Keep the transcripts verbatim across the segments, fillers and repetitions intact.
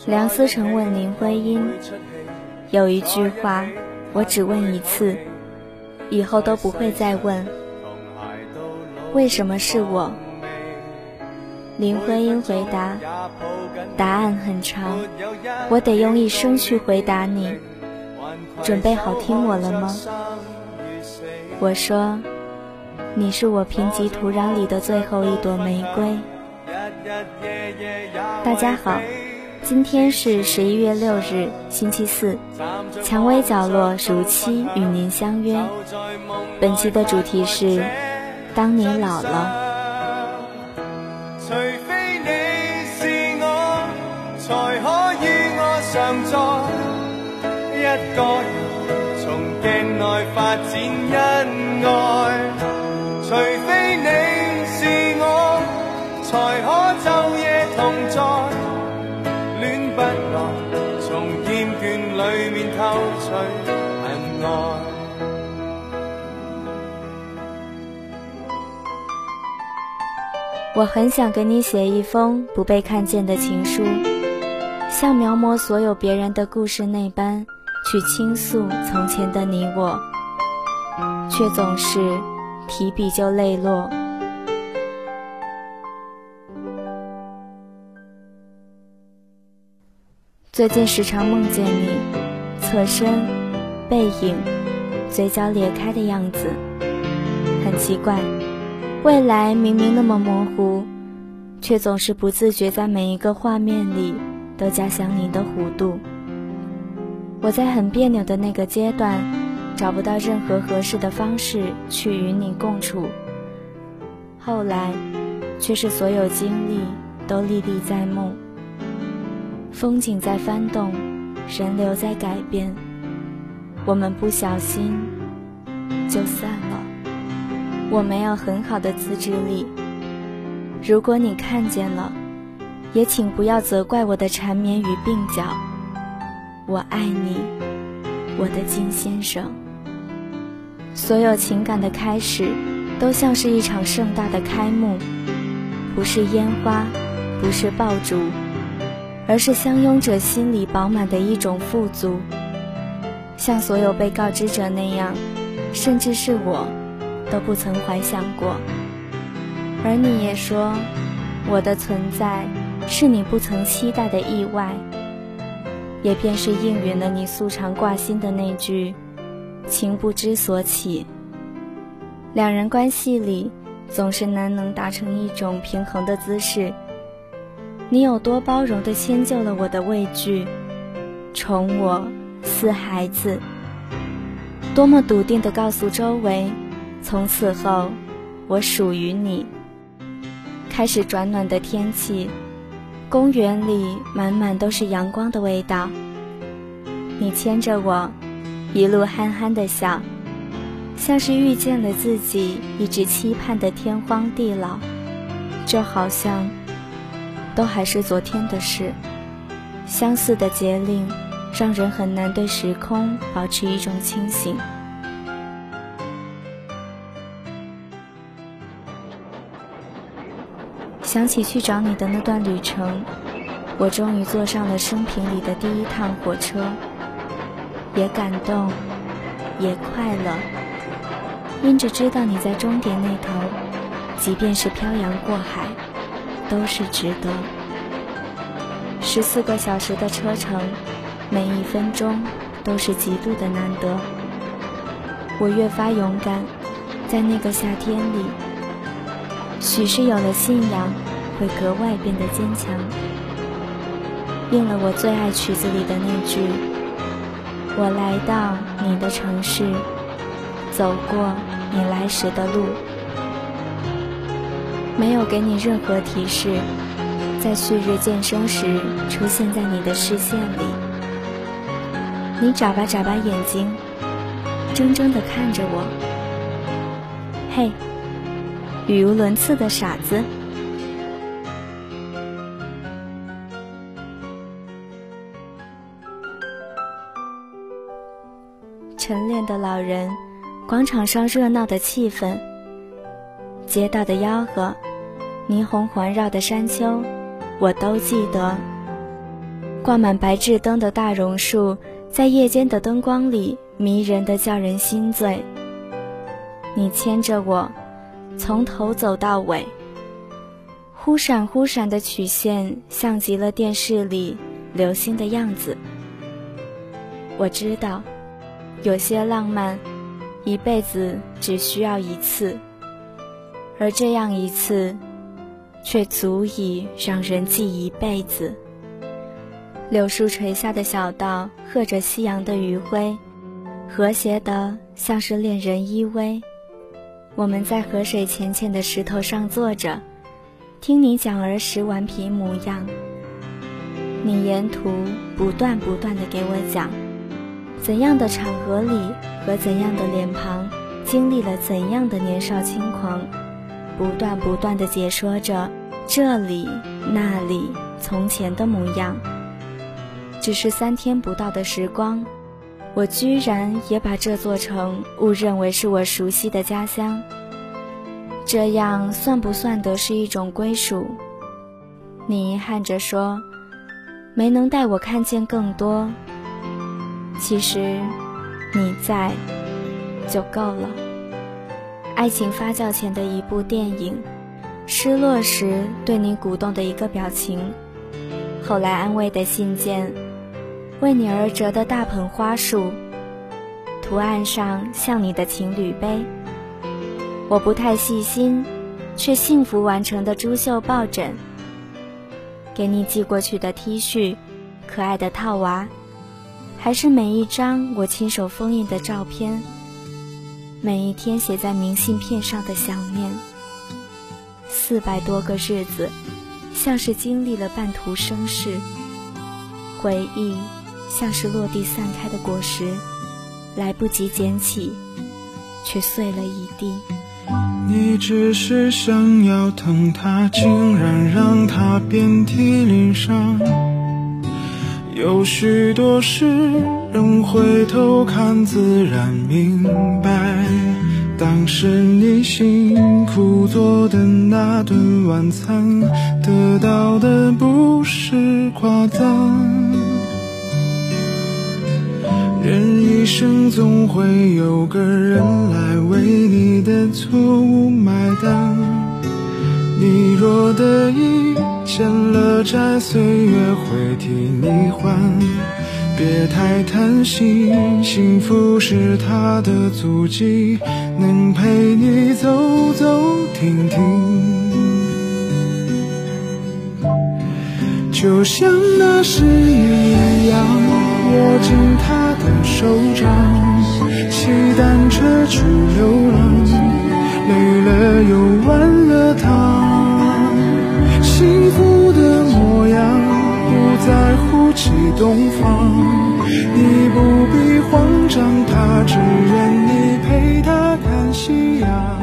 梁思成问林徽因，有一句话我只问一次，以后都不会再问，为什么是我？林徽因回答，答案很长，我得用一生去回答你，准备好听我了吗？我说，你是我贫瘠土壤里的最后一朵玫瑰。大家好，今天是十一月六日，星期四，蔷薇角落如期与您相约。本期的主题是当你老了。 除非你是我，才可與我常在一個人，從鏡內發展恩愛。除非你是我，才可晝夜同在，戀不來，從厭倦裡面偷取恨愛。 我很想给你写一封不被看见的情书，像描摹所有别人的故事那般去倾诉从前的你我，却总是提笔就泪落。最近时常梦见你，侧身、背影、嘴角咧开的样子，很奇怪，未来明明那么模糊，却总是不自觉在每一个画面里都加上你的弧度。我在很别扭的那个阶段，找不到任何合适的方式去与你共处，后来却是所有经历都历历在目。风景在翻动，人流在改变，我们不小心就散了。我没有很好的自制力，如果你看见了，也请不要责怪我的缠绵与鬓角。我爱你，我的金先生。所有情感的开始都像是一场盛大的开幕，不是烟花，不是爆竹，而是相拥者心里饱满的一种富足。像所有被告知者那样，甚至是我都不曾怀想过。而你也说，我的存在是你不曾期待的意外，也便是应允了你素常挂心的那句情不知所起。两人关系里总是难能达成一种平衡的姿势，你有多包容地迁就了我的畏惧，宠我似孩子，多么笃定地告诉周围，从此后我属于你。开始转暖的天气，公园里满满都是阳光的味道，你牵着我一路憨憨地笑，像是遇见了自己一直期盼的天荒地老，就好像都还是昨天的事。相似的节令让人很难对时空保持一种清醒。想起去找你的那段旅程，我终于坐上了生平里的第一趟火车，也感动，也快乐，因着知道你在终点那头，即便是漂洋过海，都是值得。十四个小时的车程，每一分钟都是极度的难得。我越发勇敢，在那个夏天里，许是有了信仰，会格外变得坚强。应了我最爱曲子里的那句，我来到你的城市，走过你来时的路。没有给你任何提示，在旭日渐升时出现在你的视线里。你眨巴眨巴眼睛，怔怔地看着我。嘿，语无伦次的傻子。晨练的老人，广场上热闹的气氛，街道的吆喝，霓虹环绕的山丘，我都记得。 挂满白炽灯的大榕树，在夜间的灯光里迷人的叫人心醉。你牵着我，从头走到尾，忽闪忽闪的曲线像极了电视里流星的样子。我知道，有些浪漫一辈子只需要一次，而这样一次却足以让人记一辈子。柳树垂下的小道和着夕阳的余晖，和谐的像是恋人依偎。我们在河水浅浅的石头上坐着，听你讲儿时顽皮模样。你沿途不断不断地给我讲，怎样的场合里和怎样的脸庞经历了怎样的年少轻狂，不断不断地解说着这里那里从前的模样。只是三天不到的时光，我居然也把这座城误认为是我熟悉的家乡。这样算不算得是一种归属？你遗憾着说，没能带我看见更多。其实你在就够了。爱情发酵前的一部电影，失落时对你鼓动的一个表情，后来安慰的信件，为你而折的大盆花束，图案上像你的情侣杯，我不太细心却幸福完成的珠绣抱枕，给你寄过去的 T 恤，可爱的套娃，还是每一张我亲手封印的照片，每一天写在明信片上的想念。四百多个日子，像是经历了半途生事，回忆像是落地散开的果实，来不及捡起，却碎了一地。 你只是想要疼他，竟然让他遍体鳞伤。有许多事人回头看自然明白，当时你辛苦做的那顿晚餐，得到的不是夸赞。人一生总会有个人来为你的错误买单，你若得意欠了债，岁月会替你还。别太贪心，幸福是他的足迹，能陪你走走停停。就像那时一样，握紧他的手掌，骑单车去流浪，累了又忘了他幸福的模样，不在乎起东方。你不必慌张，他只愿你陪他看夕阳。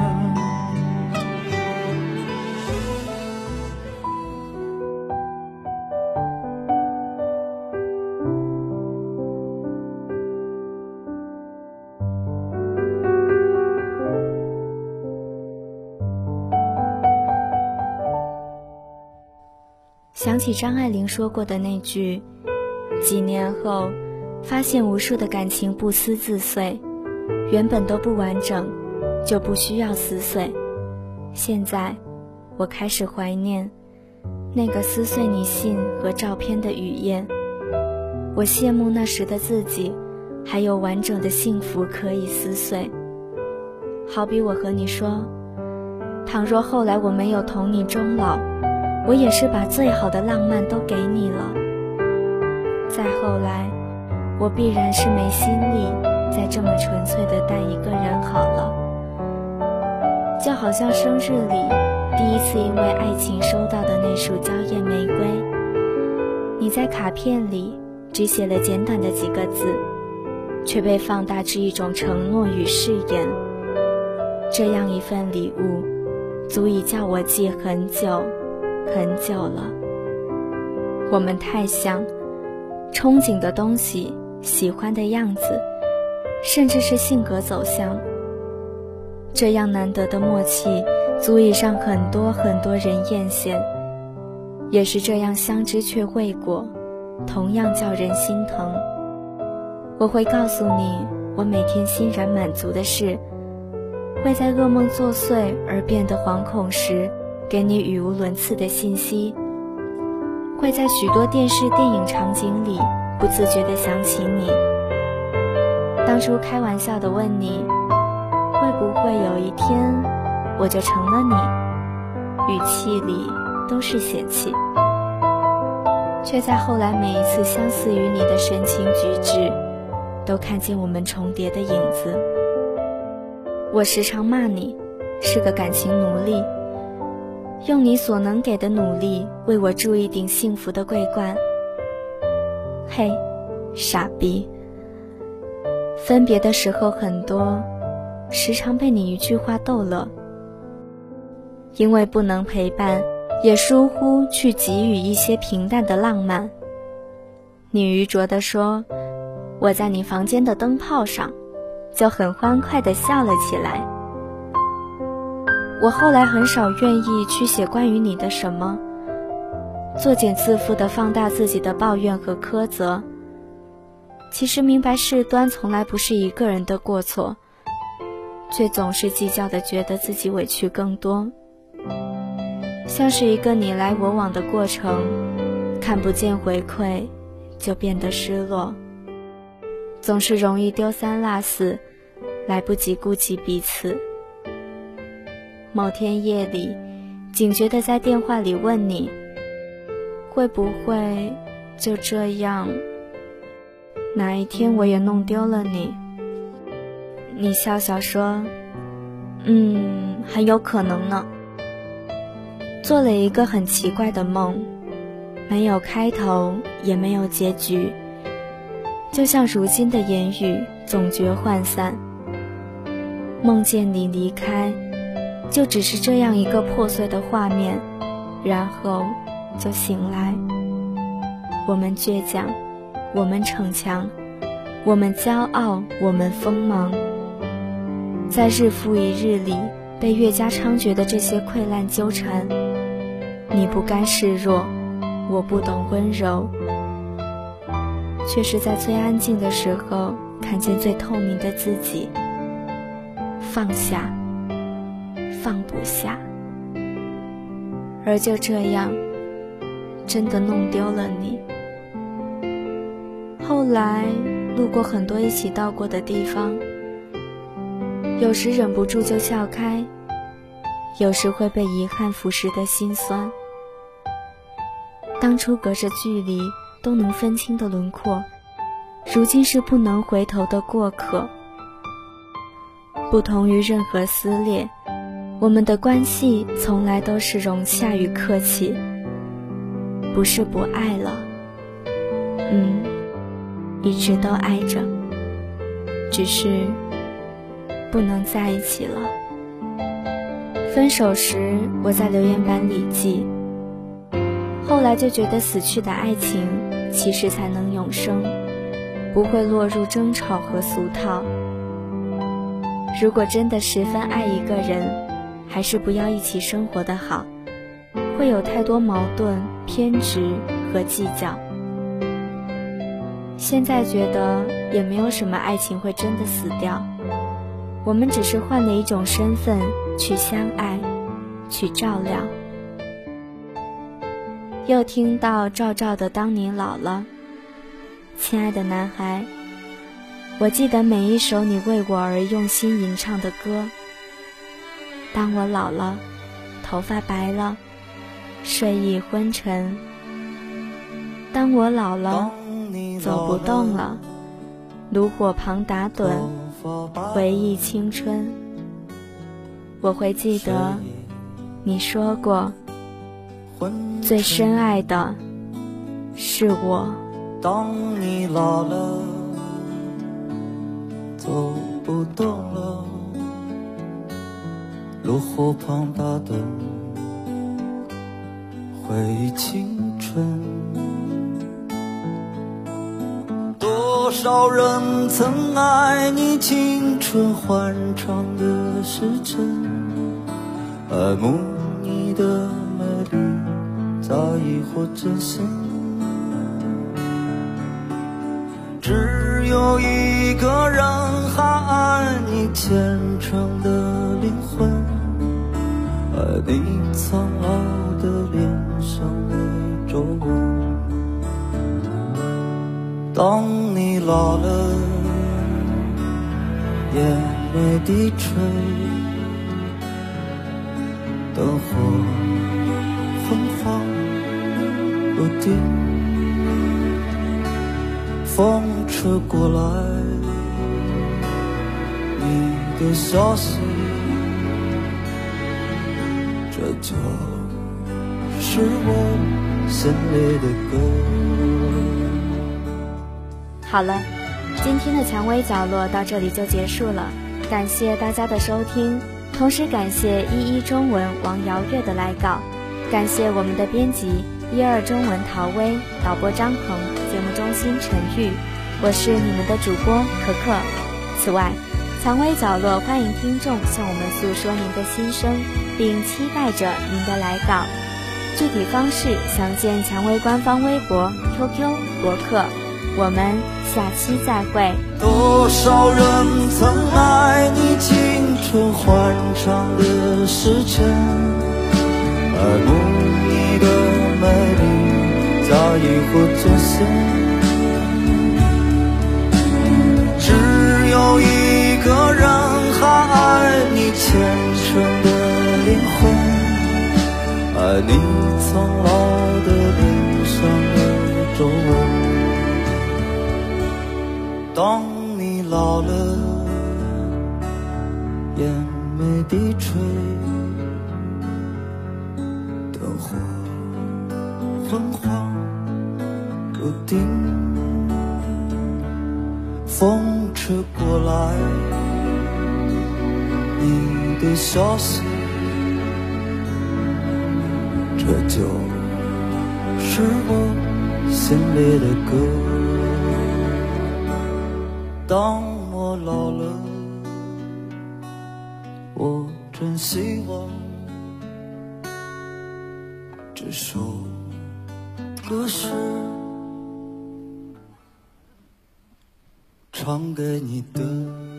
想起张爱玲说过的那句，几年后发现无数的感情不思自碎，原本都不完整，就不需要撕碎。现在我开始怀念那个撕碎你信和照片的雨夜，我羡慕那时的自己还有完整的幸福可以撕碎。好比我和你说，倘若后来我没有同你终老，我也是把最好的浪漫都给你了。再后来，我必然是没心力再这么纯粹的待一个人好了。就好像生日里第一次因为爱情收到的那束娇艳玫瑰，你在卡片里只写了简短的几个字，却被放大至一种承诺与誓言。这样一份礼物，足以叫我记很久很久了。我们太像，憧憬的东西，喜欢的样子，甚至是性格走向。这样难得的默契，足以让很多很多人艳羡，也是这样相知却未果， 同样叫人心疼。我会告诉你，我每天欣然满足的事，会在噩梦作祟而变得惶恐时，给你语无伦次的信息，会在许多电视电影场景里不自觉地想起你。当初开玩笑地问你，会不会有一天我就成了你，语气里都是嫌弃，却在后来每一次相似于你的神情举止，都看见我们重叠的影子。我时常骂你是个感情奴隶，用你所能给的努力为我铸一顶幸福的桂冠。嘿，傻逼！分别的时候很多，时常被你一句话逗乐。因为不能陪伴，也疏忽去给予一些平淡的浪漫。你愚拙地说，我在你房间的灯泡上，就很欢快地笑了起来。我后来很少愿意去写关于你的什么，作茧自缚地放大自己的抱怨和苛责。其实明白事端从来不是一个人的过错，却总是计较地觉得自己委屈更多，像是一个你来我往的过程，看不见回馈就变得失落，总是容易丢三落四，来不及顾及彼此。某天夜里，警觉地在电话里问你，会不会就这样哪一天我也弄丢了你？你笑笑说，嗯，很有可能呢。做了一个很奇怪的梦，没有开头，也没有结局，就像如今的言语总觉涣散。梦见你离开，就只是这样一个破碎的画面，然后就醒来。我们倔强，我们逞强，我们骄傲，我们锋芒，在日复一日里被越加猖獗的这些溃烂纠缠。你不甘示弱，我不懂温柔，却是在最安静的时候看见最透明的自己。放下，放不下，而就这样真的弄丢了你。后来路过很多一起到过的地方，有时忍不住就笑开，有时会被遗憾腐蚀的心酸。当初隔着距离都能分清的轮廓，如今是不能回头的过客。不同于任何撕裂，我们的关系从来都是融洽与客气，不是不爱了，嗯，一直都爱着，只是不能在一起了。分手时我在留言板里记，后来就觉得死去的爱情其实才能永生，不会落入争吵和俗套。如果真的十分爱一个人，还是不要一起生活的好，会有太多矛盾、偏执和计较。现在觉得也没有什么爱情会真的死掉，我们只是换了一种身份去相爱，去照料。又听到赵赵的《当你老了》，亲爱的男孩，我记得每一首你为我而用心吟唱的歌。当我老了，头发白了，睡意昏沉；当我老了，走不动了，炉火旁打盹，回忆青春。我会记得你说过，最深爱的是我。 当你老了，走不动了，炉火旁打盹，回忆青春。多少人曾爱你青春欢畅的时辰，爱慕你的美丽，早已或真身。 只有一个人还爱你虔诚的灵魂，爱你苍老的脸上的皱纹。当你老了，眼泪低垂，灯火昏黄不定，风吹过来你的消息，这就是我心里的歌。 好了，今天的蔷薇角落到这里就结束了，感谢大家的收听，同时感谢一一中文王瑶月的来稿，感谢我们的编辑一二中文陶薇，导播张恒，节目中心陈玉，我是你们的主播可可。此外，蔷薇角落欢迎听众向我们诉说您的心声，并期待着您的来稿。具体方式详见蔷薇官方微博、Q Q、博客。我们下期再会。 多少人曾爱你青春欢畅的时间，爱慕你的美丽早已不作祟，只有一个人还爱你虔诚的灵魂，爱你苍老的脸上的皱纹。当你老了，眼眉低垂，灯火昏黄不定，风吹过来你的消息，这就是我心里的歌。当我老了，我真希望这首歌是唱给你的。